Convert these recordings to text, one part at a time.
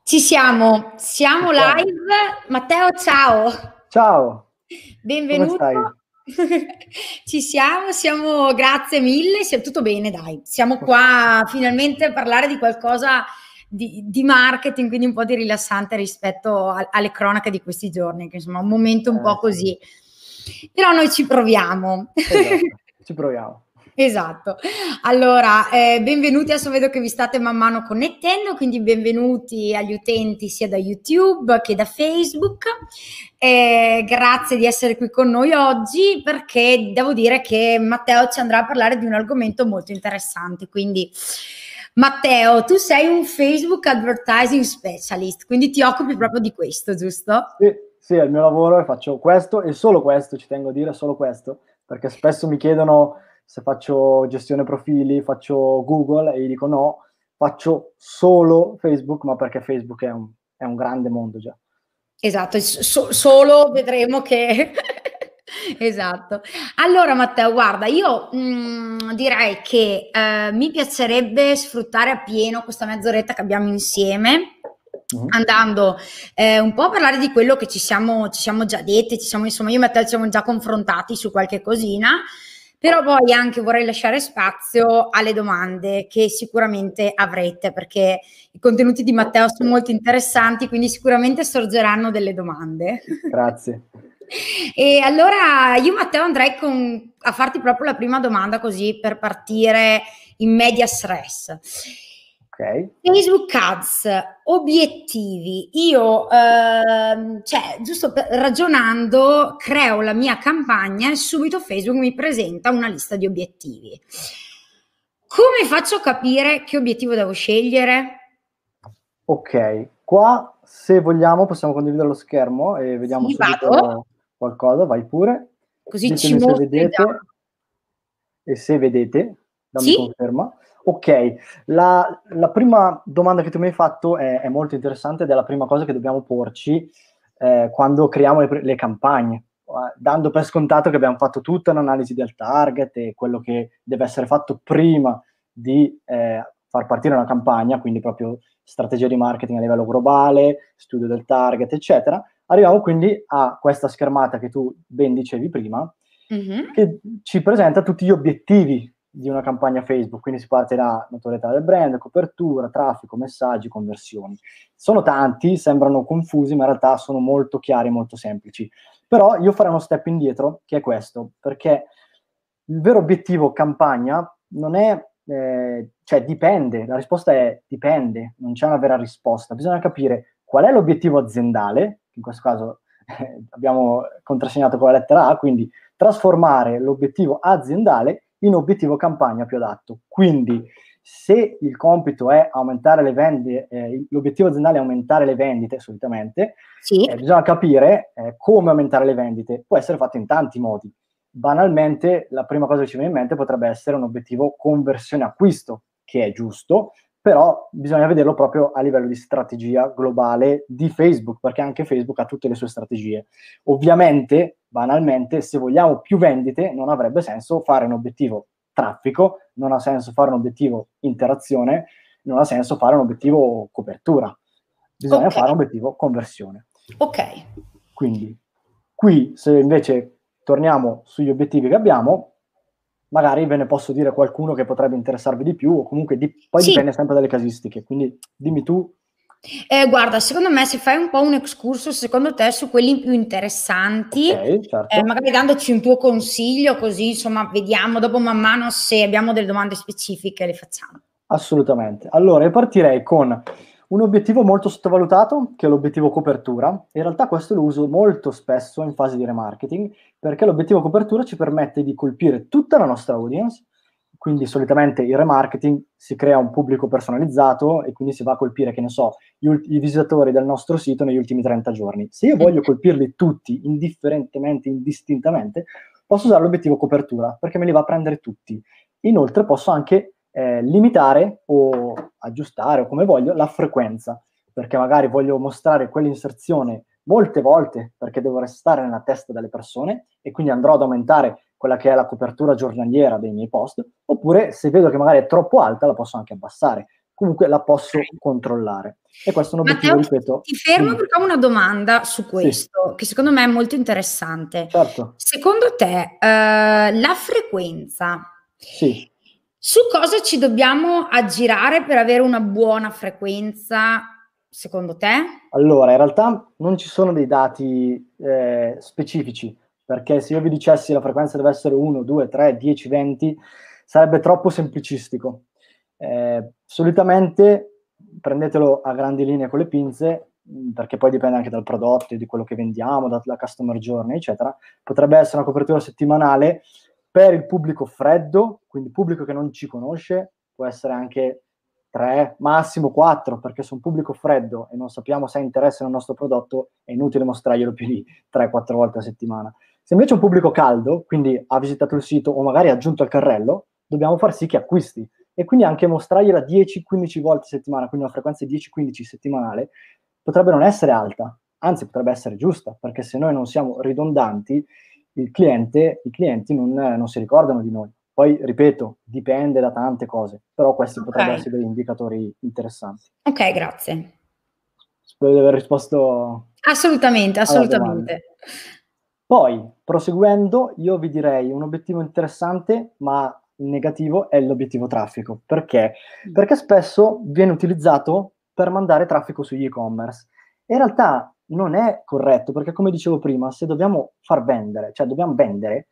Siamo Ci siamo. live. Matteo, ciao. Ciao, come Benvenuto. stai? Ci siamo, grazie mille, tutto bene, dai. Siamo qua finalmente a parlare di qualcosa di marketing, quindi un po' di rilassante rispetto alle cronache di questi giorni, che insomma è un momento un po' Sì, così. Però noi ci proviamo. esatto, ci proviamo. Esatto. Allora, benvenuti, adesso vedo che vi state man mano connettendo, quindi benvenuti agli utenti sia da YouTube che da Facebook. Grazie di essere qui con noi oggi perché devo dire che Matteo ci andrà a parlare di un argomento molto interessante. Quindi, Matteo, tu sei un Facebook Advertising Specialist, quindi ti occupi proprio di questo, giusto? Sì, sì, è il mio lavoro e faccio questo e solo questo, ci tengo a dire solo questo, perché spesso mi chiedono se faccio gestione profili, faccio Google e io dico no, faccio solo Facebook, ma perché Facebook è un grande mondo già. Esatto, solo vedremo che esatto. Allora Matteo, guarda, io direi che mi piacerebbe sfruttare appieno questa mezz'oretta che abbiamo insieme, Mhm. andando un po' a parlare di quello che ci siamo già detti, insomma, io e Matteo ci siamo già confrontati su qualche cosina, però poi anche vorrei lasciare spazio alle domande che sicuramente avrete, perché i contenuti di Matteo sono molto interessanti, quindi sicuramente sorgeranno delle domande. Grazie. E allora io, Matteo, andrei a farti proprio la prima domanda così per partire in medias res. Ok. Facebook Ads, obiettivi. Io, cioè, giusto ragionando, creo la mia campagna e subito Facebook mi presenta una lista di obiettivi. Come faccio a capire che obiettivo devo scegliere? Ok, qua se vogliamo possiamo condividere lo schermo e vediamo Sì, vado, subito qualcosa, vai pure. così ci Ditemi se mostri già. vedete. E se vedete, dammi Sì? conferma. Ok, la prima domanda che tu mi hai fatto è molto interessante ed è la prima cosa che dobbiamo porci quando creiamo le campagne, dando per scontato che abbiamo fatto tutta un'analisi del target e quello che deve essere fatto prima di far partire una campagna, quindi proprio strategia di marketing a livello globale, studio del target, eccetera. Arriviamo quindi a questa schermata che tu ben dicevi prima, Mhm. che ci presenta tutti gli obiettivi di una campagna Facebook, quindi si parte da notorietà del brand, copertura, traffico, messaggi, conversioni. Sono tanti, sembrano confusi, ma in realtà sono molto chiari e molto semplici. Però io farei uno step indietro, che è questo, perché il vero obiettivo campagna non è, cioè dipende, la risposta è dipende, non c'è una vera risposta, bisogna capire qual è l'obiettivo aziendale, in questo caso abbiamo contrassegnato con la lettera A, quindi trasformare l'obiettivo aziendale in obiettivo campagna più adatto. Quindi se il compito è aumentare le vendite, l'obiettivo aziendale è aumentare le vendite solitamente, Sì. bisogna capire come aumentare le vendite. Può essere fatto in tanti modi. Banalmente, la prima cosa che ci viene in mente potrebbe essere un obiettivo conversione acquisto, che è giusto, però bisogna vederlo proprio a livello di strategia globale di Facebook, perché anche Facebook ha tutte le sue strategie. Ovviamente, banalmente, se vogliamo più vendite, non avrebbe senso fare un obiettivo traffico, non ha senso fare un obiettivo interazione, non ha senso fare un obiettivo copertura. Bisogna Ok, fare un obiettivo conversione. ok. Quindi, qui, se invece torniamo sugli obiettivi che abbiamo, magari ve ne posso dire qualcuno che potrebbe interessarvi di più, o comunque poi Sì, dipende sempre dalle casistiche. Quindi dimmi tu. guarda, secondo me se fai un po' un excursus, secondo te, su quelli più Ok, interessanti, certo. magari dandoci un tuo consiglio, così insomma vediamo dopo man mano se abbiamo delle domande specifiche, le facciamo. Assolutamente. Allora, io partirei con un obiettivo molto sottovalutato, che è l'obiettivo copertura. In realtà questo lo uso molto spesso in fase di remarketing, perché l'obiettivo copertura ci permette di colpire tutta la nostra audience, quindi solitamente il remarketing si crea un pubblico personalizzato e quindi si va a colpire, che ne so, i visitatori del nostro sito negli ultimi 30 giorni. Se io voglio colpirli tutti, indifferentemente, indistintamente, posso usare l'obiettivo copertura, perché me li va a prendere tutti. Inoltre posso anche limitare o aggiustare o come voglio la frequenza, perché magari voglio mostrare quell'inserzione molte volte perché devo restare nella testa delle persone e quindi andrò ad aumentare quella che è la copertura giornaliera dei miei post, oppure se vedo che magari è troppo alta la posso anche abbassare, comunque la posso controllare. E questo è un obiettivo, Matteo, ripeto. ti fermo perché ho una domanda su Sì, questo, che secondo me è molto interessante. certo, Secondo te, la frequenza, sì. su cosa ci dobbiamo aggirare per avere una buona frequenza, secondo te? Allora, in realtà non ci sono dei dati specifici, perché se io vi dicessi la frequenza deve essere 1, 2, 3, 10, 20, sarebbe troppo semplicistico. Solitamente prendetelo a grandi linee con le pinze, perché poi dipende anche dal prodotto, di quello che vendiamo, dalla customer journey, eccetera. Potrebbe essere una copertura settimanale per il pubblico freddo, quindi pubblico che non ci conosce, può essere anche 3, massimo 4, perché se un pubblico freddo e non sappiamo se ha interesse nel nostro prodotto, è inutile mostrarglielo più di 3-4 volte a settimana. Se invece è un pubblico caldo, quindi ha visitato il sito o magari ha aggiunto al carrello, dobbiamo far sì che acquisti. E quindi anche mostrargliela 10-15 volte a settimana, quindi una frequenza di 10-15 settimanale, potrebbe non essere alta, anzi potrebbe essere giusta, perché se noi non siamo ridondanti, i clienti non si ricordano di noi. Poi, ripeto, dipende da tante cose, però questi potrebbero Ok, essere degli indicatori interessanti. ok, grazie. Spero di aver risposto Assolutamente, alla domanda. assolutamente. Poi, proseguendo, io vi direi un obiettivo interessante, ma in negativo, è l'obiettivo traffico. Perché? Perché spesso viene utilizzato per mandare traffico sugli e-commerce. In realtà non è corretto, perché come dicevo prima, se dobbiamo far vendere, cioè dobbiamo vendere,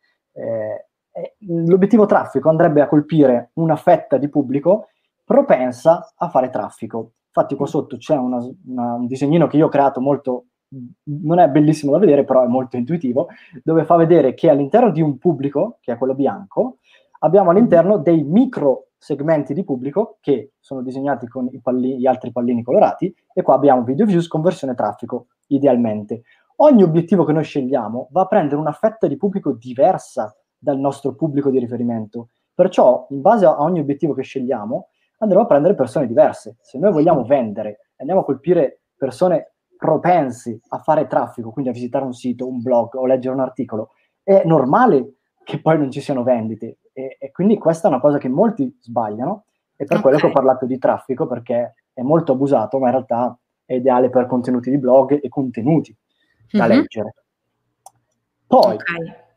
l'obiettivo traffico andrebbe a colpire una fetta di pubblico propensa a fare traffico. Infatti qua sotto c'è un disegnino che io ho creato molto, non è bellissimo da vedere, però è molto intuitivo, dove fa vedere che all'interno di un pubblico, che è quello bianco, abbiamo all'interno dei micro segmenti di pubblico che sono disegnati con gli altri pallini colorati, e qua abbiamo video views, conversione traffico, idealmente. Ogni obiettivo che noi scegliamo va a prendere una fetta di pubblico diversa dal nostro pubblico di riferimento. Perciò, in base a ogni obiettivo che scegliamo, andremo a prendere persone diverse. Se noi vogliamo vendere, andiamo a colpire persone propensi a fare traffico, quindi a visitare un sito, un blog o leggere un articolo, è normale che poi non ci siano vendite. E quindi questa è una cosa che molti sbagliano, e per quello che ho Ok. parlato di traffico, perché è molto abusato, ma in realtà è ideale per contenuti di blog e contenuti da Mhm. leggere. Poi, Ok.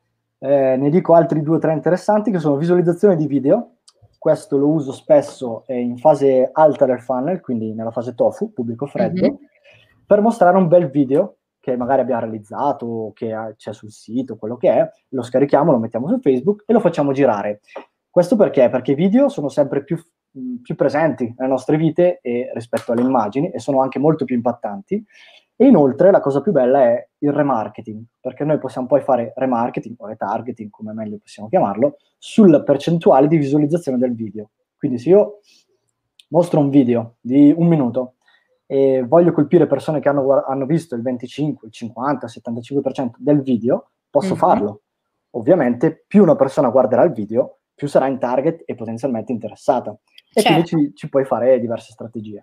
ne dico altri 2 o 3 interessanti, che sono visualizzazione di video. Questo lo uso spesso in fase alta del funnel, quindi nella fase tofu, pubblico freddo, Mhm. per mostrare un bel video che magari abbiamo realizzato, che c'è sul sito, quello che è, lo scarichiamo, lo mettiamo su Facebook e lo facciamo girare. Questo perché? Perché i video sono sempre più presenti nelle nostre vite rispetto alle immagini, e sono anche molto più impattanti. E inoltre la cosa più bella è il remarketing, perché noi possiamo poi fare remarketing o retargeting, come meglio possiamo chiamarlo, sulla percentuale di visualizzazione del video. Quindi se io mostro un video di 1 minuto e voglio colpire persone che hanno visto il 25, il 50, il 75% del video, posso Mhm. farlo. Ovviamente più una persona guarderà il video, più sarà in target e potenzialmente interessata. E quindi Certo, ci puoi fare diverse strategie.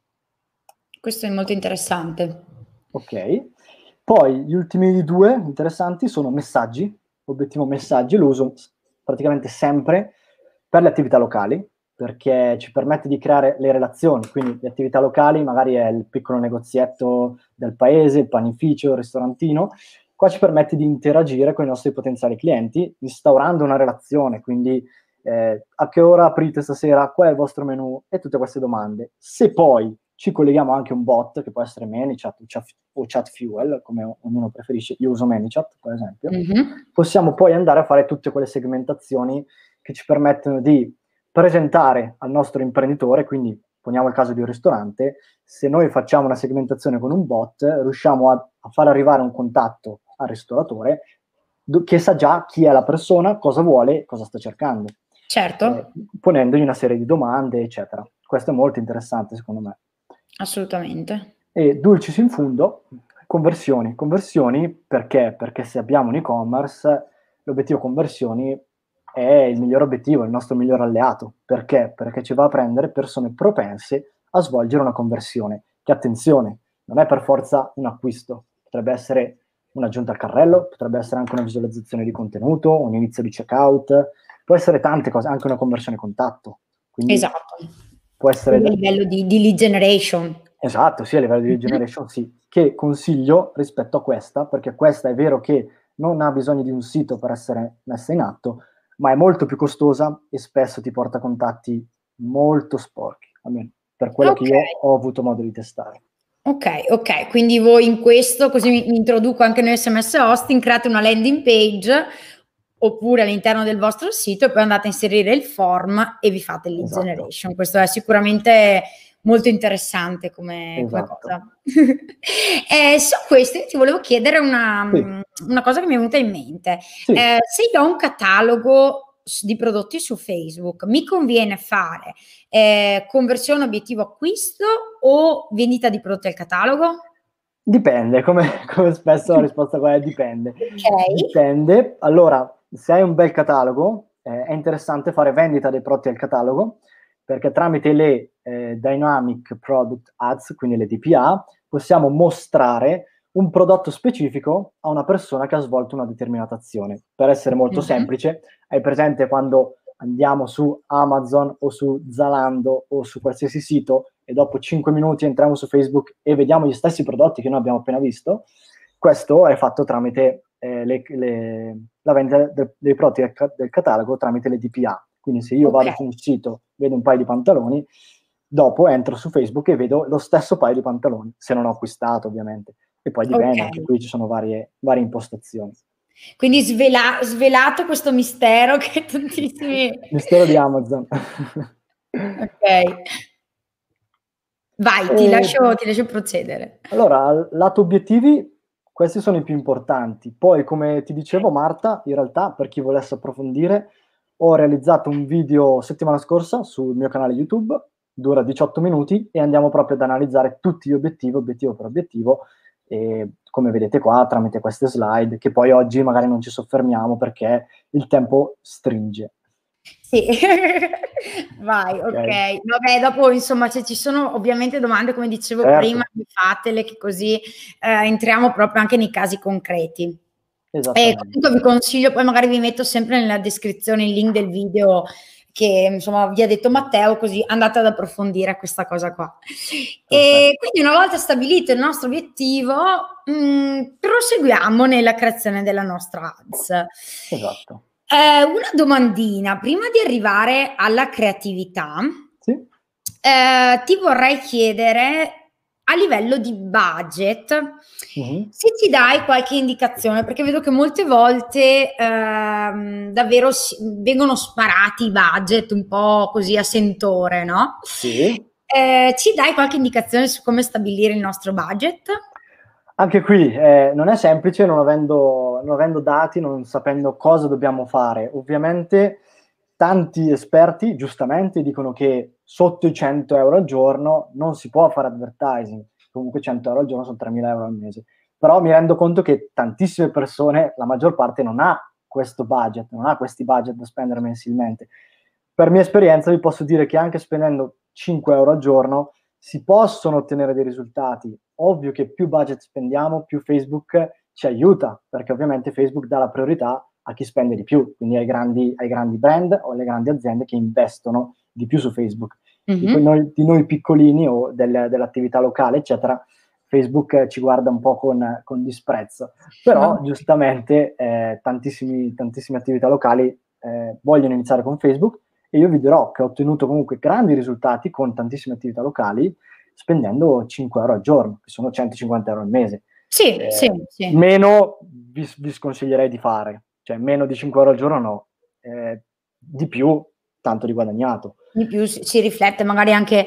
questo è molto interessante. Ok. Poi gli ultimi 2 interessanti sono messaggi. Obiettivo messaggi lo uso praticamente sempre per le attività locali, perché ci permette di creare le relazioni. Quindi le attività locali magari è il piccolo negozietto del paese, il panificio, il ristorantino. Qua ci permette di interagire con i nostri potenziali clienti, instaurando una relazione. Quindi a che ora aprite stasera? Qual è il vostro menù? E tutte queste domande. Se poi ci colleghiamo anche a un bot, che può essere ManyChat o ChatFuel, come ognuno preferisce, io uso ManyChat per esempio, Mhm. possiamo poi andare a fare tutte quelle segmentazioni che ci permettono di presentare al nostro imprenditore. Quindi poniamo il caso di un ristorante: se noi facciamo una segmentazione con un bot, riusciamo a far arrivare un contatto al ristoratore che sa già chi è la persona, cosa vuole, cosa sta cercando, Certo, ponendogli una serie di domande, eccetera. Questo è molto interessante secondo me. assolutamente. E dulcis in fundo, conversioni. Conversioni perché? Perché se abbiamo un e-commerce, l'obiettivo conversioni è il miglior obiettivo, il nostro miglior alleato. Perché? Perché ci va a prendere persone propense a svolgere una conversione. Che, attenzione, non è per forza un acquisto, potrebbe essere un'aggiunta al carrello, potrebbe essere anche una visualizzazione di contenuto, un inizio di checkout, può essere tante cose, anche una conversione contatto. Quindi Esatto. può essere... a livello di lead generation. Esatto, sì, a livello di lead generation sì, che consiglio rispetto a questa, perché questa è vero che non ha bisogno di un sito per essere messa in atto, ma è molto più costosa e spesso ti porta contatti molto sporchi, almeno per quello che io ho avuto modo di testare. Ok, quindi voi in questo, così mi introduco anche nel SMS hosting, create una landing page oppure all'interno del vostro sito e poi andate a inserire il form e vi fate lead generation. Questo è sicuramente molto interessante come cosa. Su questo ti volevo chiedere una cosa che mi è venuta in mente. Se io ho un catalogo di prodotti su Facebook, mi conviene fare conversione obiettivo acquisto o vendita di prodotti al catalogo? Dipende, come spesso la risposta qua è dipende. Dipende. Allora, se hai un bel catalogo, è interessante fare vendita dei prodotti al catalogo, perché tramite le Dynamic Product Ads, quindi le DPA, possiamo mostrare un prodotto specifico a una persona che ha svolto una determinata azione. Per essere molto semplice, hai presente quando andiamo su Amazon o su Zalando o su qualsiasi sito e dopo 5 minuti entriamo su Facebook e vediamo gli stessi prodotti che noi abbiamo appena visto? Questo è fatto tramite la vendita dei prodotti del catalogo tramite le DPA. Quindi se io vado su un sito, vedo un paio di pantaloni, dopo entro su Facebook e vedo lo stesso paio di pantaloni, se non ho acquistato ovviamente. E poi dipende, anche qui ci sono varie impostazioni. Quindi svelato questo mistero che tantissimi... Mistero di Amazon. Ok. Vai, ti lascio procedere. Allora, lato obiettivi, questi sono i più importanti. Poi, come ti dicevo, Marta, in realtà, per chi volesse approfondire, ho realizzato un video settimana scorsa sul mio canale YouTube, dura 18 minuti, e andiamo proprio ad analizzare tutti gli obiettivi, obiettivo per obiettivo, e come vedete qua, tramite queste slide, che poi oggi magari non ci soffermiamo perché il tempo stringe. Sì, vai, ok. Vabbè, dopo, insomma, se ci sono ovviamente domande, come dicevo prima, fatele, che così entriamo proprio anche nei casi concreti. Comunque vi consiglio, poi magari vi metto sempre nella descrizione il link del video che insomma vi ha detto Matteo, così andate ad approfondire questa cosa qua. E quindi una volta stabilito il nostro obiettivo, proseguiamo nella creazione della nostra ads. Esatto. Una domandina, prima di arrivare alla creatività, ti vorrei chiedere a livello di budget, se ci dai qualche indicazione, perché vedo che molte volte davvero vengono sparati i budget un po' così a sentore, no? Sì. Ci dai qualche indicazione su come stabilire il nostro budget? Anche qui non è semplice, non avendo dati, non sapendo cosa dobbiamo fare. Ovviamente tanti esperti, giustamente, dicono che sotto i 100 euro al giorno non si può fare advertising. Comunque 100 euro al giorno sono 3.000 euro al mese. Però mi rendo conto che tantissime persone, la maggior parte, non ha questo budget, non ha questi budget da spendere mensilmente. Per mia esperienza vi posso dire che anche spendendo 5 euro al giorno si possono ottenere dei risultati. Ovvio che più budget spendiamo, più Facebook ci aiuta, perché ovviamente Facebook dà la priorità a chi spende di più, quindi ai grandi brand o alle grandi aziende che investono di più su Facebook. Di noi piccolini o dell'attività locale, eccetera, Facebook ci guarda un po' con disprezzo. Però, giustamente, tantissime attività locali vogliono iniziare con Facebook, e io vi dirò che ho ottenuto comunque grandi risultati con tantissime attività locali spendendo 5 euro al giorno, che sono 150 euro al mese. Sì. Meno vi sconsiglierei di fare, cioè meno di 5 euro al giorno no, di più tanto di guadagnato. Di più si riflette magari anche,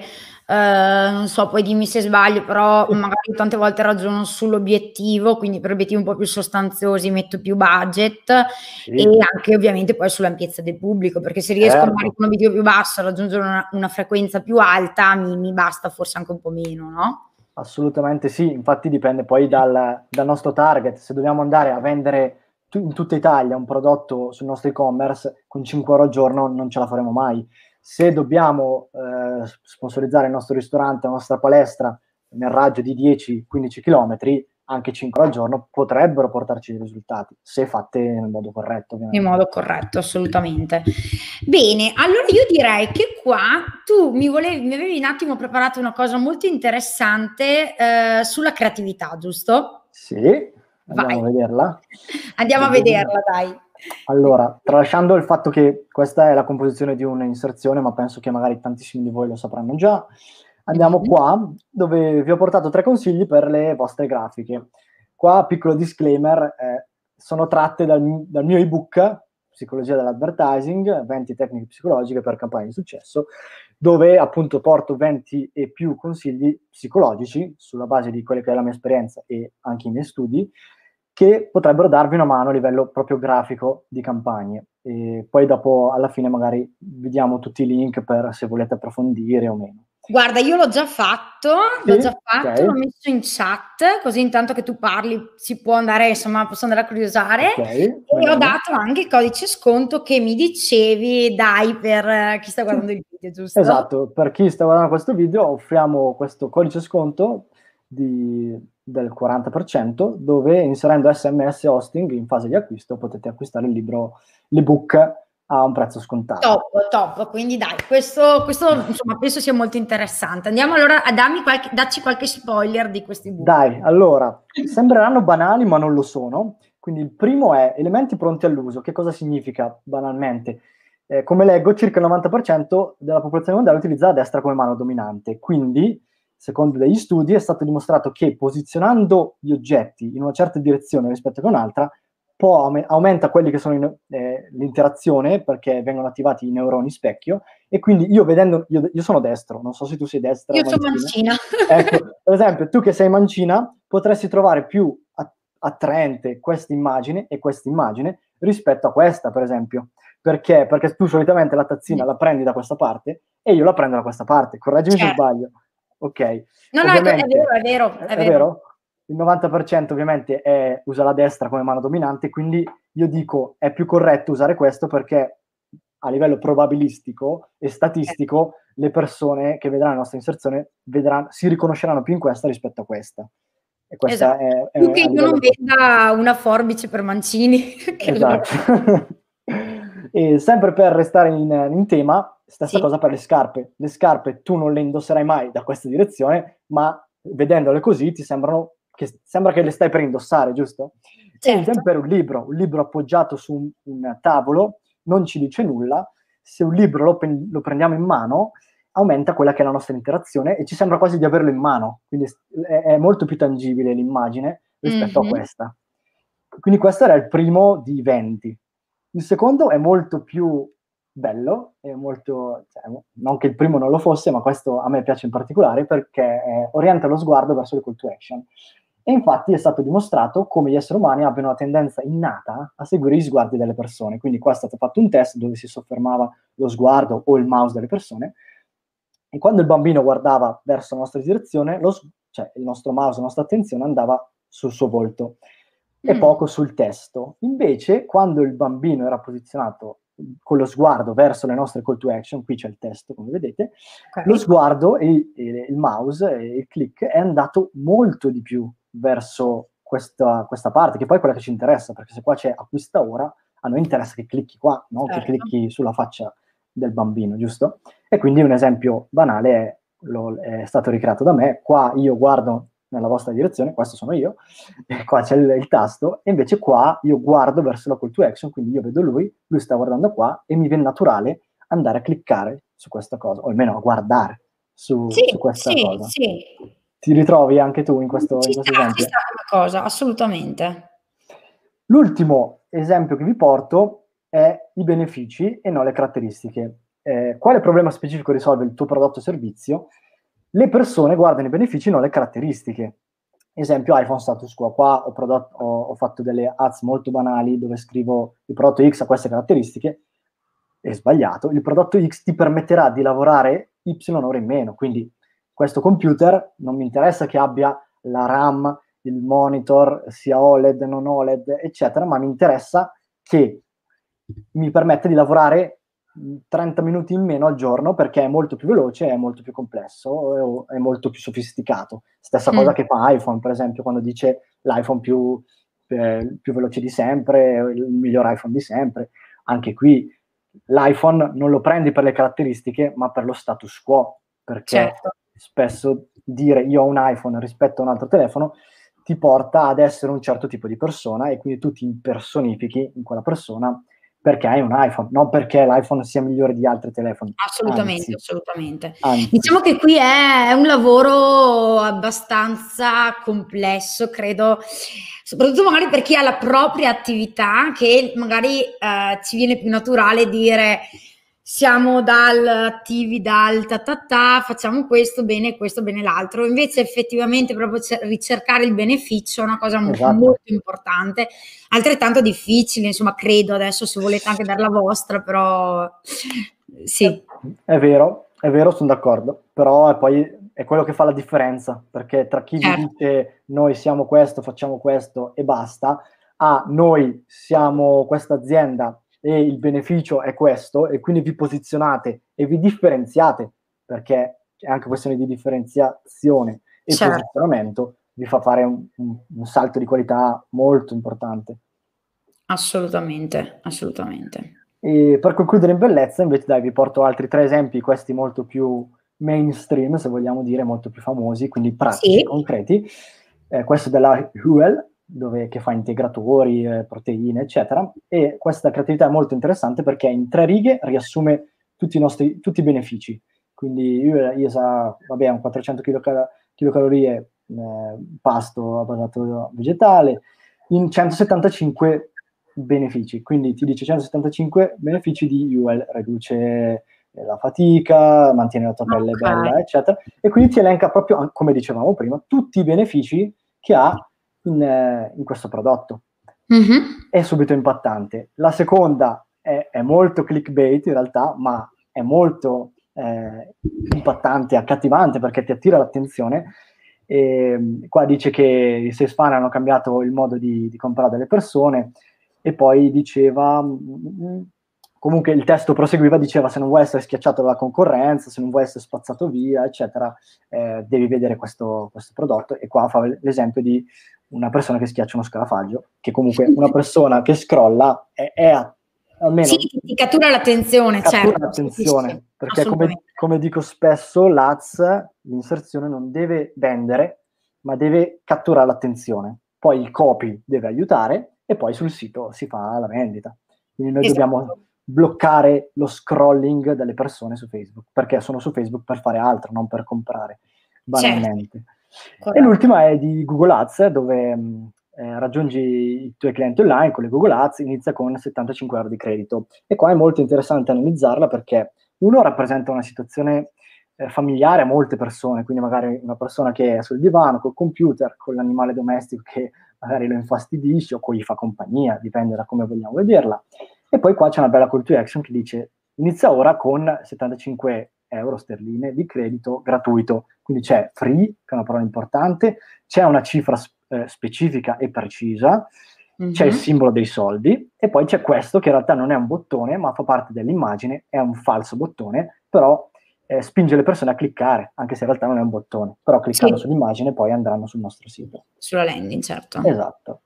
non so, poi dimmi se sbaglio, però magari tante volte ragiono sull'obiettivo, quindi per obiettivi un po' più sostanziosi metto più budget, e anche ovviamente poi sull'ampiezza del pubblico, perché se riesco magari con un obiettivo più basso a raggiungere una frequenza più alta, mi basta forse anche un po' meno, no? Assolutamente sì, infatti dipende poi dal nostro target. Se dobbiamo andare a vendere in tutta Italia un prodotto sul nostro e-commerce con 5 euro al giorno non ce la faremo mai. Se dobbiamo sponsorizzare il nostro ristorante, la nostra palestra nel raggio di 10-15 km, anche 5 euro al giorno potrebbero portarci dei risultati, se fatte nel modo corretto. Ovviamente. In modo corretto, assolutamente. Bene, allora io direi che qua tu mi avevi un attimo preparato una cosa molto interessante sulla creatività, giusto? Sì, Vai, andiamo a vederla. andiamo a vederla, dai. Allora, tralasciando il fatto che questa è la composizione di un'inserzione, ma penso che magari tantissimi di voi lo sapranno già, andiamo Mhm. qua dove vi ho portato 3 consigli per le vostre grafiche. Qua, piccolo disclaimer, sono tratte dal mio ebook, Psicologia dell'advertising, 20 tecniche psicologiche per campagne di successo, dove appunto porto 20 e più consigli psicologici sulla base di quella che è la mia esperienza e anche i miei studi, che potrebbero darvi una mano a livello proprio grafico di campagne. E poi dopo, alla fine, magari vi diamo tutti i link per se volete approfondire o meno. Guarda, io Sì? l'ho Ok, messo in chat, così intanto che tu parli si può andare, insomma, posso andare a curiosare. ok, E bene, ho bene. dato anche il codice sconto che mi dicevi, dai, per chi sta Sì. guardando il video, giusto? Esatto, per chi sta guardando questo video offriamo questo codice sconto del 40% dove inserendo SMS hosting in fase di acquisto potete acquistare il libro, l'ebook a un prezzo scontato. Top, top. Quindi dai, questo insomma penso sia molto interessante. Andiamo allora a dacci qualche spoiler di questi book. Dai, allora, sembreranno banali ma non lo sono. Quindi il primo è elementi pronti all'uso. Che cosa significa banalmente? Come leggo, circa il 90% della popolazione mondiale utilizza la destra come mano dominante. Quindi, secondo degli studi, è stato dimostrato che posizionando gli oggetti in una certa direzione rispetto ad un'altra, aumenta quelli che sono l'interazione, perché vengono attivati i neuroni specchio, e quindi io sono destro, non so se tu sei destra o Io sono mancina. mancina. Ecco, per esempio, tu che sei mancina, potresti trovare più attraente questa immagine e questa immagine rispetto a questa, per esempio. Perché? Perché tu solitamente la tazzina la prendi da questa parte e io la prendo da questa parte. Correggimi se Certo. sbaglio. Ok. No, no, è vero, Ovviamente, è vero, è è vero. vero? Il 90% ovviamente usa la destra come mano dominante, quindi io dico è più corretto usare questo perché a livello probabilistico e statistico le persone che vedranno la nostra inserzione si riconosceranno più in questa rispetto a questa. E questa Esatto. è Più che a io non livello proprio. veda una forbice per mancini, che loro. Esatto. E sempre per restare in tema, stessa Sì, cosa per le scarpe. Le scarpe tu non le indosserai mai da questa direzione, ma vedendole così sembra che le stai per indossare, giusto? E idem certo. per un libro appoggiato su un tavolo non ci dice nulla. Se un libro lo prendiamo in mano, aumenta quella che è la nostra interazione e ci sembra quasi di averlo in mano, quindi è molto più tangibile l'immagine rispetto a Mhm. questa. Quindi questo era il primo di 20. Il secondo è molto più bello, è molto, cioè, non che il primo non lo fosse, ma questo a me piace in particolare perché orienta lo sguardo verso le call to action. E infatti è stato dimostrato come gli esseri umani abbiano una tendenza innata a seguire gli sguardi delle persone. Quindi qua è stato fatto un test dove si soffermava lo sguardo o il mouse delle persone e quando il bambino guardava verso la nostra direzione, cioè il nostro mouse, la nostra attenzione andava sul suo volto e Mm, poco sul testo. Invece, quando il bambino era posizionato con lo sguardo verso le nostre call to action, qui c'è il testo, come vedete, lo ok. sguardo e il mouse e il click è andato molto di più verso questa parte, che poi è quella che ci interessa, perché se qua c'è acquista ora, a noi interessa che clicchi qua, no? Che Certo. clicchi sulla faccia del bambino, giusto? E quindi un esempio banale è stato ricreato da me. Qua io guardo nella vostra direzione, questo sono io, e qua c'è il tasto, e invece qua io guardo verso la call to action, quindi io vedo lui sta guardando qua, e mi viene naturale andare a cliccare su questa cosa, o almeno a guardare su Sì, questa sì, cosa. sì. Ti ritrovi anche tu in questo Ci esempio? sta come cosa, assolutamente. L'ultimo esempio che vi porto è i benefici e non le caratteristiche. Quale problema specifico risolve il tuo prodotto o servizio? Le persone guardano i benefici, non le caratteristiche. Esempio iPhone status quo. Qua ho fatto delle ads molto banali dove scrivo il prodotto X ha queste caratteristiche. È sbagliato. Il prodotto X ti permetterà di lavorare Y ore in meno. Quindi questo computer non mi interessa che abbia la RAM, il monitor, sia OLED, non OLED, eccetera, ma mi interessa che mi permette di lavorare 30 minuti in meno al giorno perché è molto più veloce, è molto più complesso, è molto più sofisticato. Stessa cosa Mm. che fa iPhone, per esempio, quando dice l'iPhone più veloce di sempre, il miglior iPhone di sempre. Anche qui l'iPhone non lo prendi per le caratteristiche, ma per lo status quo, perché Certo. spesso dire io ho un iPhone rispetto a un altro telefono ti porta ad essere un certo tipo di persona e quindi tu ti impersonifichi in quella persona perché hai un iPhone, non perché l'iPhone sia migliore di altri telefoni, Assolutamente, assolutamente. anzi. Diciamo che qui è un lavoro abbastanza complesso, credo, soprattutto magari per chi ha la propria attività, che magari ci viene più naturale dire siamo attivi dal ta ta ta, facciamo questo, bene l'altro. Invece effettivamente proprio ricercare il beneficio è una cosa Esatto. molto importante, altrettanto difficile, insomma, credo, adesso se volete anche dar la vostra, però sì. È vero, sono d'accordo, però poi è quello che fa la differenza, perché tra chi vi Certo, dice noi siamo questo, facciamo questo e basta, a noi siamo questa azienda e il beneficio è questo, e quindi vi posizionate e vi differenziate, perché è anche questione di differenziazione e certo, posizionamento, vi fa fare un salto di qualità molto importante. assolutamente, assolutamente. E per concludere in bellezza, invece, dai, vi porto altri 3 esempi, questi molto più mainstream, se vogliamo dire, molto più famosi, quindi pratici, Sì, concreti. Questo della Huel, che fa integratori, proteine, eccetera. E questa creatività è molto interessante perché in 3 righe riassume tutti i benefici. Quindi Huel, io vabbè, un 400 kcal, pasto basato vegetale, in 175 benefici, quindi ti dice 175 benefici di UL, riduce la fatica, mantiene la tua pelle okay. bella, eccetera, e quindi ti elenca proprio, come dicevamo prima, tutti i benefici che ha in questo prodotto. Mh-mh. È subito impattante. La seconda è molto clickbait in realtà, ma è molto impattante, accattivante perché ti attira l'attenzione. Qua dice che i Sales hanno cambiato il modo di comprare delle persone e poi diceva, comunque il testo proseguiva, diceva se non vuoi essere schiacciato dalla concorrenza, se non vuoi essere spazzato via, eccetera, devi vedere questo prodotto. E qua fa l'esempio di una persona che schiaccia uno scarafaggio, che comunque una persona che scrolla Sì, almeno ti cattura l'attenzione, cattura certo, sì, sì, sì, l'attenzione, perché assolutamente. come dico spesso, l'ADS, l'inserzione, non deve vendere, ma deve catturare l'attenzione. Poi il copy deve aiutare e poi sul sito si fa la vendita. Quindi noi dobbiamo Esatto, bloccare lo scrolling delle persone su Facebook, perché sono su Facebook per fare altro, non per comprare, certo, banalmente. E corretto. l'ultima è di Google Ads, dove raggiungi i tuoi clienti online con le Google Ads, inizia con 75 euro di credito. E qua è molto interessante analizzarla perché uno rappresenta una situazione familiare a molte persone, quindi magari una persona che è sul divano, col computer, con l'animale domestico che magari lo infastidisce o gli fa compagnia, dipende da come vogliamo vederla. E poi qua c'è una bella call to action che dice inizia ora con 75 euro sterline di credito gratuito. Quindi c'è free, che è una parola importante, c'è una cifra specifica e precisa, c'è il Mh-mh. simbolo dei soldi e poi c'è questo che in realtà non è un bottone ma fa parte dell'immagine, è un falso bottone, però spinge le persone a cliccare, anche se in realtà non è un bottone, però cliccando Sì, sull'immagine poi andranno sul nostro sito. sulla landing, certo. Esatto.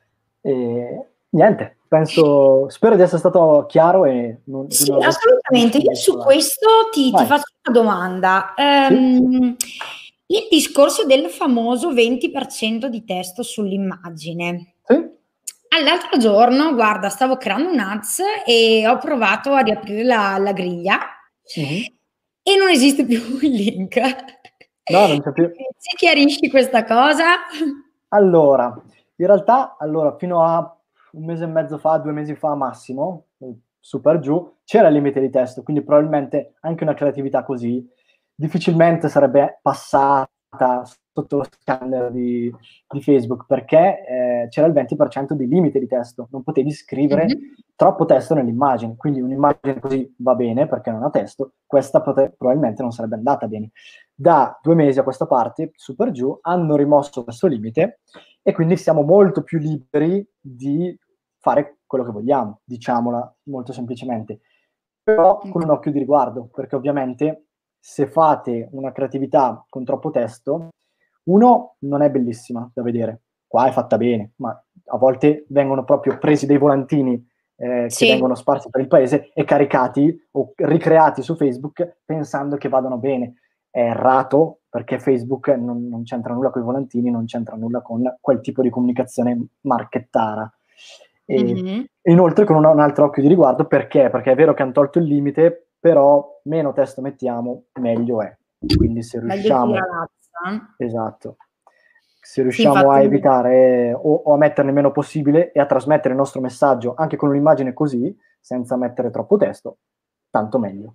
E niente, spero di essere stato chiaro e di Sì, non aver assolutamente. Io su disturbato. questo ti Vai. faccio una domanda. Sì? Il discorso del famoso 20% di testo sull'immagine. Sì? L'altro giorno, guarda, stavo creando un ads e ho provato a riaprire la griglia Mhm. e non esiste più il link. No, non c'è più. Ci chiarisci questa cosa? Allora, in realtà, fino a un mese e mezzo fa, 2 mesi fa massimo, su per giù, c'era il limite di testo, quindi probabilmente anche una creatività così difficilmente sarebbe passata sotto lo scanner di Facebook, perché c'era il 20% di limite di testo, non potevi scrivere Mh-mh. troppo testo nell'immagine, quindi un'immagine così va bene perché non ha testo, questa probabilmente non sarebbe andata bene. Da 2 mesi a questa parte, su per giù, hanno rimosso questo limite e quindi siamo molto più liberi di fare quello che vogliamo, diciamola molto semplicemente. Però con un occhio di riguardo, perché ovviamente se fate una creatività con troppo testo, uno, non è bellissima da vedere, qua è fatta bene, ma a volte vengono proprio presi dei volantini che vengono sparsi per il paese e caricati o ricreati su Facebook pensando che vadano bene. È errato, perché Facebook non c'entra nulla con i volantini, non c'entra nulla con quel tipo di comunicazione marchettara. E inoltre con un altro occhio di riguardo, perché è vero che hanno tolto il limite, però meno testo mettiamo meglio è. Quindi se riusciamo, esatto, se riusciamo a evitare o a metterne meno possibile e a trasmettere il nostro messaggio anche con un'immagine così, senza mettere troppo testo, tanto meglio.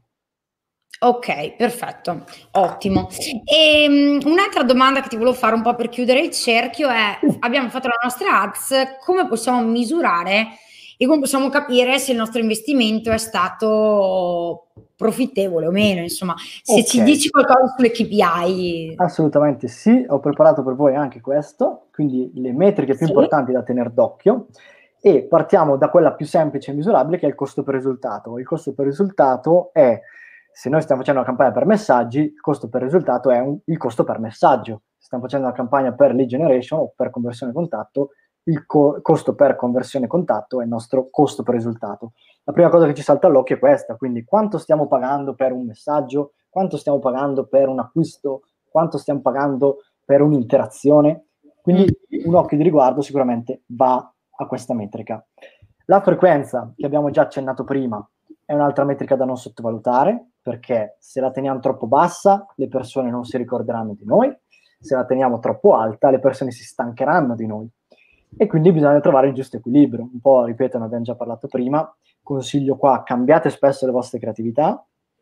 Ok, perfetto, ottimo. Un'altra domanda che ti volevo fare un po' per chiudere il cerchio è, abbiamo fatto la nostra ads, come possiamo misurare e come possiamo capire se il nostro investimento è stato profittevole o meno, insomma, se ci dici qualcosa sulle KPI. Assolutamente sì, ho preparato per voi anche questo, quindi le metriche più importanti da tenere d'occhio, e partiamo da quella più semplice e misurabile, che è il costo per risultato. Il costo per risultato è, se noi stiamo facendo una campagna per messaggi, il costo per risultato è il costo per messaggio. Se stiamo facendo una campagna per lead generation o per conversione contatto, il costo per conversione contatto è il nostro costo per risultato. La prima cosa che ci salta all'occhio è questa, quindi quanto stiamo pagando per un messaggio, quanto stiamo pagando per un acquisto, quanto stiamo pagando per un'interazione. Quindi un occhio di riguardo sicuramente va a questa metrica. La frequenza, che abbiamo già accennato prima, è un'altra metrica da non sottovalutare, perché se la teniamo troppo bassa, le persone non si ricorderanno di noi, se la teniamo troppo alta, le persone si stancheranno di noi. E quindi bisogna trovare il giusto equilibrio. Un po', ripeto, ne abbiamo già parlato prima, consiglio qua, cambiate spesso le vostre creatività,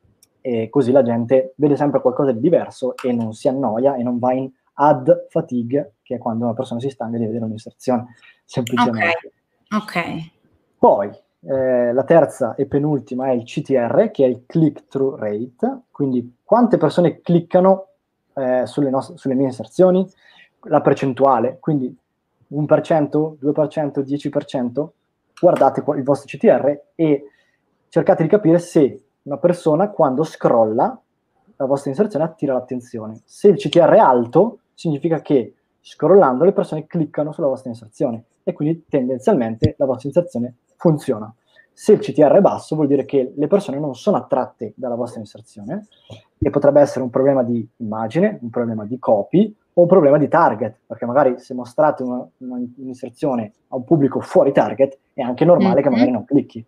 e così la gente vede sempre qualcosa di diverso e non si annoia e non va in ad fatigue, che è quando una persona si stanca di vedere un'inserzione, semplicemente. Ok. Poi la terza e penultima è il CTR, che è il click-through rate, quindi quante persone cliccano sulle mie inserzioni, la percentuale, quindi 1%, 2%, 10%, guardate il vostro CTR e cercate di capire se una persona, quando scrolla la vostra inserzione, attira l'attenzione. Se il CTR è alto, significa che scrollando le persone cliccano sulla vostra inserzione e quindi tendenzialmente la vostra inserzione funziona. Se il CTR è basso, vuol dire che le persone non sono attratte dalla vostra inserzione e potrebbe essere un problema di immagine, un problema di copy o un problema di target, perché magari se mostrate un'inserzione a un pubblico fuori target è anche normale che magari non clicchi.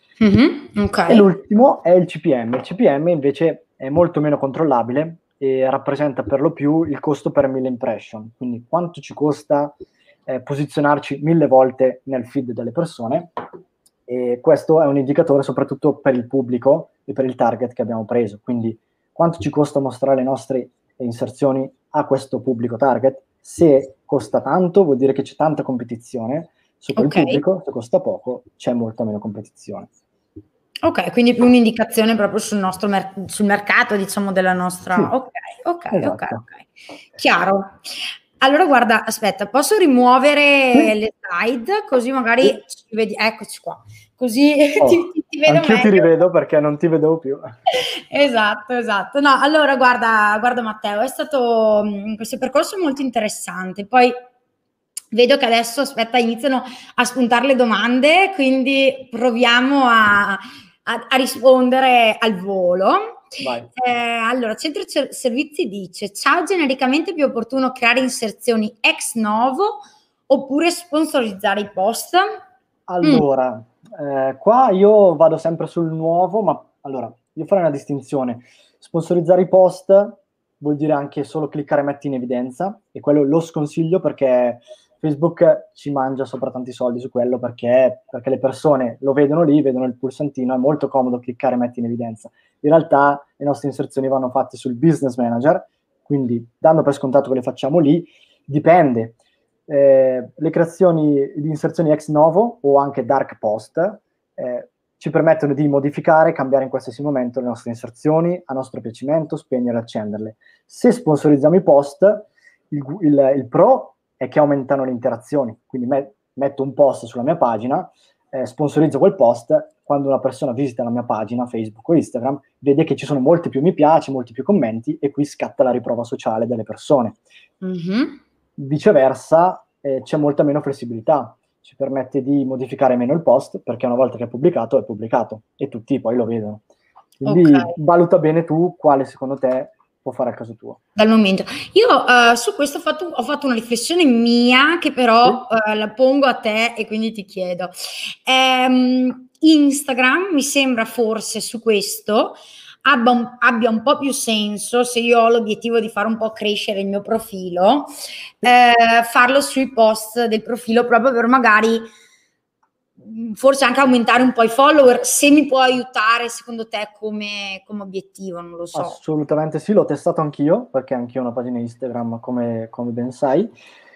E l'ultimo è il CPM. Il CPM invece è molto meno controllabile e rappresenta per lo più il costo per 1000 impression, quindi quanto ci costa posizionarci 1000 volte nel feed delle persone, e questo è un indicatore soprattutto per il pubblico e per il target che abbiamo preso, quindi quanto ci costa mostrare le nostre inserzioni a questo pubblico target. Se costa tanto vuol dire che c'è tanta competizione su quel pubblico, se costa poco c'è molta meno competizione. Ok, quindi più un'indicazione proprio sul nostro sul mercato, diciamo, della nostra... Sì, ok. Chiaro. Allora, guarda, aspetta, posso rimuovere le slide? Così magari ci vedi... Eccoci qua. Così ti vedo anch'io meglio. Ti rivedo perché non ti vedevo più. Esatto. No, allora, guarda Matteo, è stato questo percorso molto interessante. Poi vedo che adesso, aspetta, iniziano a spuntare le domande, quindi proviamo a rispondere al volo. Allora, Centro Servizi dice: ciao, genericamente è più opportuno creare inserzioni ex novo oppure sponsorizzare i post? Allora, qua io vado sempre sul nuovo, ma allora, io farei una distinzione. Sponsorizzare i post vuol dire anche solo cliccare metti in evidenza, e quello lo sconsiglio perché Facebook ci mangia sopra tanti soldi su quello, perché le persone lo vedono lì, vedono il pulsantino, è molto comodo cliccare metti in evidenza. In realtà le nostre inserzioni vanno fatte sul Business Manager, quindi dando per scontato che le facciamo lì, dipende. Le creazioni di inserzioni ex novo o anche dark post ci permettono di modificare e cambiare in qualsiasi momento le nostre inserzioni a nostro piacimento, spegnere e accenderle. Se sponsorizziamo i post, il pro è che aumentano le interazioni, quindi metto un post sulla mia pagina, sponsorizzo quel post, quando una persona visita la mia pagina Facebook o Instagram vede che ci sono molti più mi piace, molti più commenti, e qui scatta la riprova sociale delle persone. Viceversa c'è molta meno flessibilità. ci permette di modificare meno il post, perché una volta che è pubblicato e tutti poi lo vedono. Quindi valuta bene tu quale secondo te può fare al caso tuo. Dal momento. Io su questo ho fatto una riflessione mia che però la pongo a te e quindi ti chiedo. Instagram mi sembra forse su questo abbia un po' più senso, se io ho l'obiettivo di fare un po' crescere il mio profilo, farlo sui post del profilo proprio per magari forse anche aumentare un po' i follower, se mi può aiutare secondo te come obiettivo, non lo so. Assolutamente sì, l'ho testato anch'io, perché anch'io ho una pagina Instagram, come ben sai.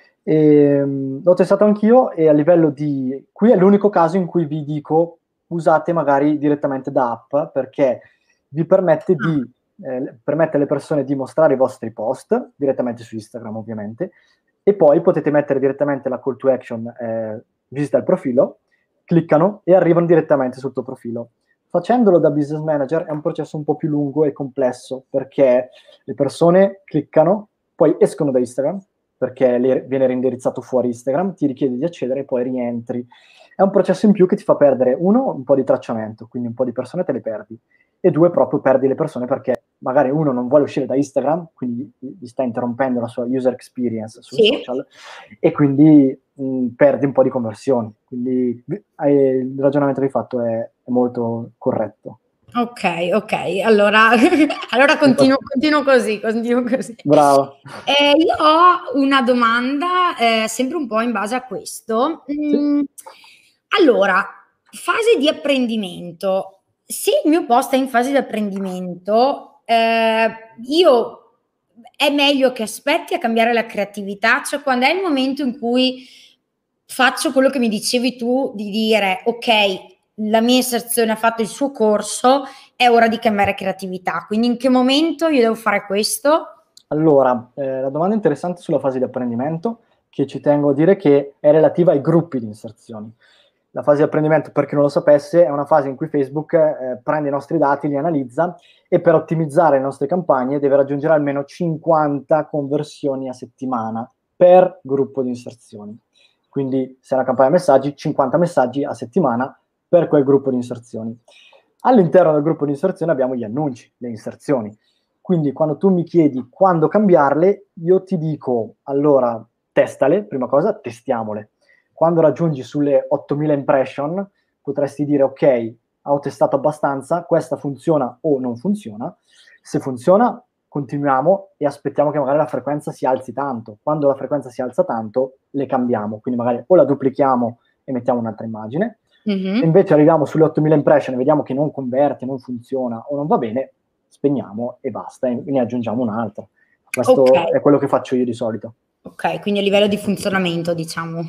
L'ho testato anch'io e a livello di... Qui è l'unico caso in cui vi dico usate magari direttamente da app, perché vi permette permette alle persone di mostrare i vostri post direttamente su Instagram, ovviamente, e poi potete mettere direttamente la call to action, visita il profilo, cliccano e arrivano direttamente sul tuo profilo. Facendolo da business manager è un processo un po' più lungo e complesso, perché le persone cliccano, poi escono da Instagram, perché viene reindirizzato fuori Instagram, ti richiede di accedere e poi rientri. È un processo in più che ti fa perdere, uno, un po' di tracciamento, quindi un po' di persone te le perdi, e due, proprio perdi le persone perché magari uno non vuole uscire da Instagram, quindi gli sta interrompendo la sua user experience sul social, e quindi perdi un po' di conversioni. Quindi il ragionamento che hai fatto è molto corretto. Ok, allora, allora continuo così. Brava. Io ho una domanda, sempre un po' in base a questo. Allora, fase di apprendimento. Se il mio post è in fase di apprendimento, io è meglio che aspetti a cambiare la creatività, cioè quando è il momento in cui faccio quello che mi dicevi tu, di dire ok, la mia inserzione ha fatto il suo corso, è ora di cambiare creatività. Quindi in che momento io devo fare questo? Allora, la domanda interessante sulla fase di apprendimento, che ci tengo a dire che è relativa ai gruppi di inserzioni. La fase di apprendimento, per chi non lo sapesse, è una fase in cui Facebook prende i nostri dati, li analizza e per ottimizzare le nostre campagne deve raggiungere almeno 50 conversioni a settimana per gruppo di inserzioni. Quindi se è una campagna messaggi, 50 messaggi a settimana per quel gruppo di inserzioni. All'interno del gruppo di inserzioni abbiamo gli annunci, le inserzioni. Quindi quando tu mi chiedi quando cambiarle, io ti dico, allora, testale, prima cosa, testiamole. Quando raggiungi sulle 8000 impression, potresti dire, ok, ho testato abbastanza, questa funziona o non funziona. Se funziona, continuiamo e aspettiamo che magari la frequenza si alzi tanto. Quando la frequenza si alza tanto, le cambiamo. Quindi magari o la duplichiamo e mettiamo un'altra immagine. Se invece arriviamo sulle 8000 impression e vediamo che non converte, non funziona o non va bene, spegniamo e basta, e ne aggiungiamo un'altra. Questo è quello che faccio io di solito. Ok, quindi a livello di funzionamento, diciamo.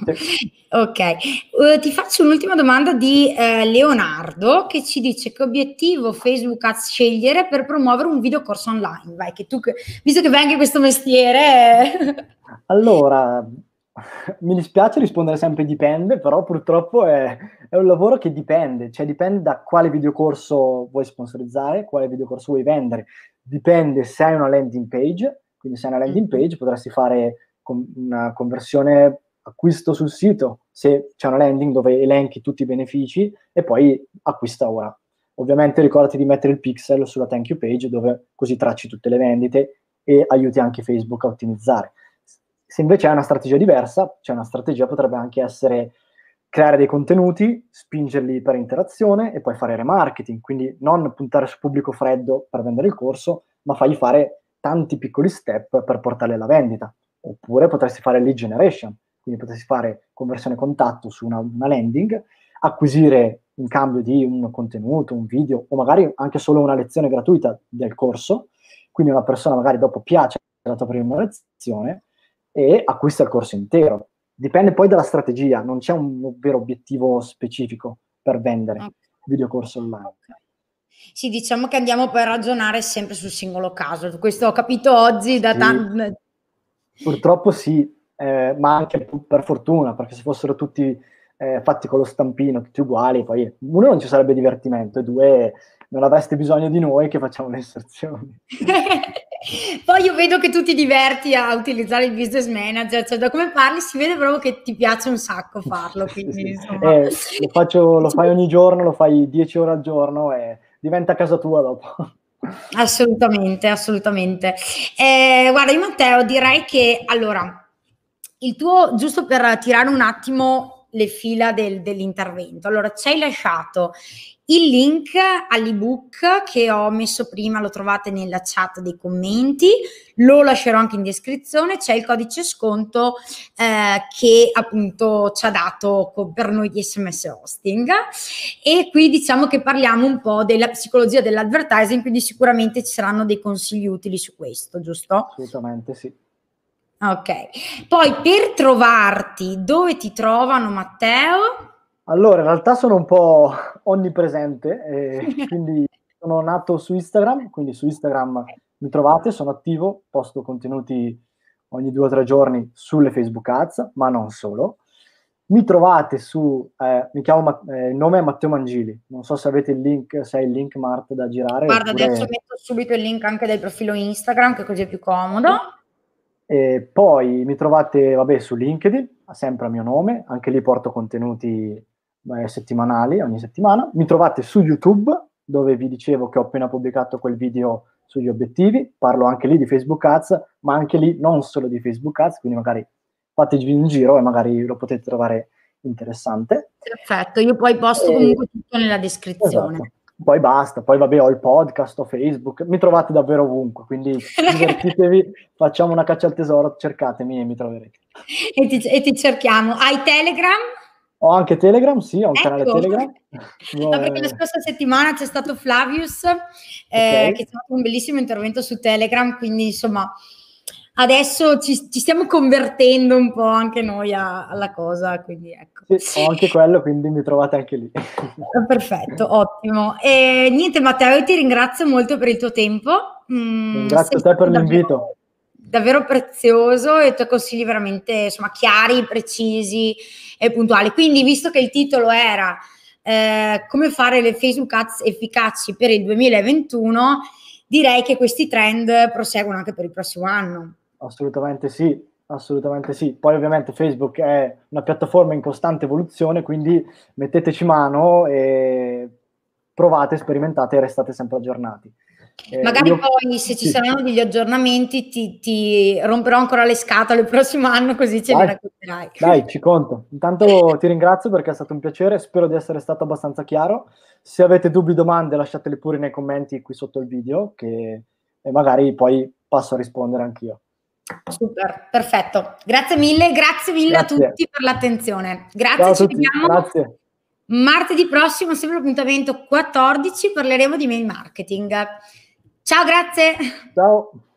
Ok, ti faccio un'ultima domanda di Leonardo, che ci dice che obiettivo Facebook Ads scegliere per promuovere un videocorso online. Vai, che tu, visto che vai anche questo mestiere... Allora, mi dispiace rispondere sempre dipende, però purtroppo è un lavoro che dipende, cioè dipende da quale videocorso vuoi sponsorizzare, quale videocorso vuoi vendere, dipende se hai una landing page, quindi se hai una landing page potresti fare una conversione acquisto sul sito, se c'è una landing dove elenchi tutti i benefici e poi acquista ora. Ovviamente ricordati di mettere il pixel sulla thank you page dove così tracci tutte le vendite e aiuti anche Facebook a ottimizzare. Se invece hai una strategia diversa, cioè una strategia potrebbe anche essere creare dei contenuti, spingerli per interazione e poi fare remarketing, quindi non puntare su pubblico freddo per vendere il corso, ma fargli fare tanti piccoli step per portarli alla vendita. Oppure potresti fare lead generation, quindi potresti fare conversione contatto su una landing, acquisire in cambio di un contenuto, un video o magari anche solo una lezione gratuita del corso, quindi una persona magari dopo piace la tua prima lezione e acquista il corso intero. Dipende poi dalla strategia, non c'è un vero obiettivo specifico per vendere videocorso online. Sì, diciamo che andiamo poi a ragionare sempre sul singolo caso. Questo ho capito oggi da tanto. Purtroppo sì, ma anche per fortuna, perché se fossero tutti fatti con lo stampino, tutti uguali, poi uno non ci sarebbe divertimento e due non avreste bisogno di noi che facciamo le inserzioni. Poi io vedo che tu ti diverti a utilizzare il business manager, cioè da come parli si vede proprio che ti piace un sacco farlo, quindi insomma. Lo fai ogni giorno, lo fai 10 ore al giorno e diventa casa tua dopo. Assolutamente, assolutamente. Guarda, io Matteo direi che allora il tuo, giusto per tirare un attimo le fila dell'intervento, allora ci hai lasciato il link all'ebook che ho messo prima, lo trovate nella chat dei commenti, lo lascerò anche in descrizione, c'è il codice sconto che appunto ci ha dato per noi di SMS Hosting, e qui diciamo che parliamo un po' della psicologia dell'advertising, quindi sicuramente ci saranno dei consigli utili su questo, giusto? Assolutamente sì. Ok, poi per trovarti, dove ti trovano Matteo? Allora, in realtà sono un po' onnipresente, quindi sono nato su Instagram, quindi su Instagram mi trovate, sono attivo, posto contenuti ogni 2 o 3 giorni sulle Facebook Ads, ma non solo. Mi trovate su, il nome è Matteo Mangili, non so se avete il link, se hai il link Mart da girare. Guarda, oppure... adesso metto subito il link anche del profilo Instagram, che così è più comodo. E poi mi trovate, vabbè, su LinkedIn, sempre a mio nome, anche lì porto contenuti settimanali, ogni settimana. Mi trovate su YouTube, dove vi dicevo che ho appena pubblicato quel video sugli obiettivi, parlo anche lì di Facebook Ads, ma anche lì non solo di Facebook Ads, quindi magari fatevi un giro e magari lo potete trovare interessante. Perfetto, io poi posto comunque tutto nella descrizione. Esatto. Poi basta, poi vabbè ho il podcast, ho Facebook, mi trovate davvero ovunque, quindi divertitevi, facciamo una caccia al tesoro, cercatemi e mi troverete. E ti cerchiamo. Hai Telegram? Ho anche Telegram, sì, ho un canale Telegram. No, perché la scorsa settimana c'è stato Flavius Okay. che ha fatto un bellissimo intervento su Telegram, quindi insomma adesso ci stiamo convertendo un po' anche noi alla cosa, quindi ecco. Sì, ho anche quello, quindi mi trovate anche lì. Perfetto, ottimo. E niente Matteo, io ti ringrazio molto per il tuo tempo. Ringrazio te per l'invito. Davvero prezioso e i tuoi consigli veramente insomma chiari, precisi e puntuali. Quindi, visto che il titolo era come fare le Facebook Ads efficaci per il 2021, direi che questi trend proseguono anche per il prossimo anno. Assolutamente sì, assolutamente sì. Poi ovviamente Facebook è una piattaforma in costante evoluzione, quindi metteteci mano e provate, sperimentate e restate sempre aggiornati. Magari poi se ci saranno degli aggiornamenti ti romperò ancora le scatole il prossimo anno, così ce li racconterai. Dai, ci conto. Intanto ti ringrazio perché è stato un piacere, spero di essere stato abbastanza chiaro. Se avete dubbi, domande, lasciateli pure nei commenti qui sotto il video e magari poi passo a rispondere anch'io. Super, perfetto. Grazie mille a tutti per l'attenzione. Grazie, ciao a ci tutti, vediamo. Grazie. Martedì prossimo, sempre appuntamento 14, parleremo di mail marketing. Ciao, grazie. Ciao.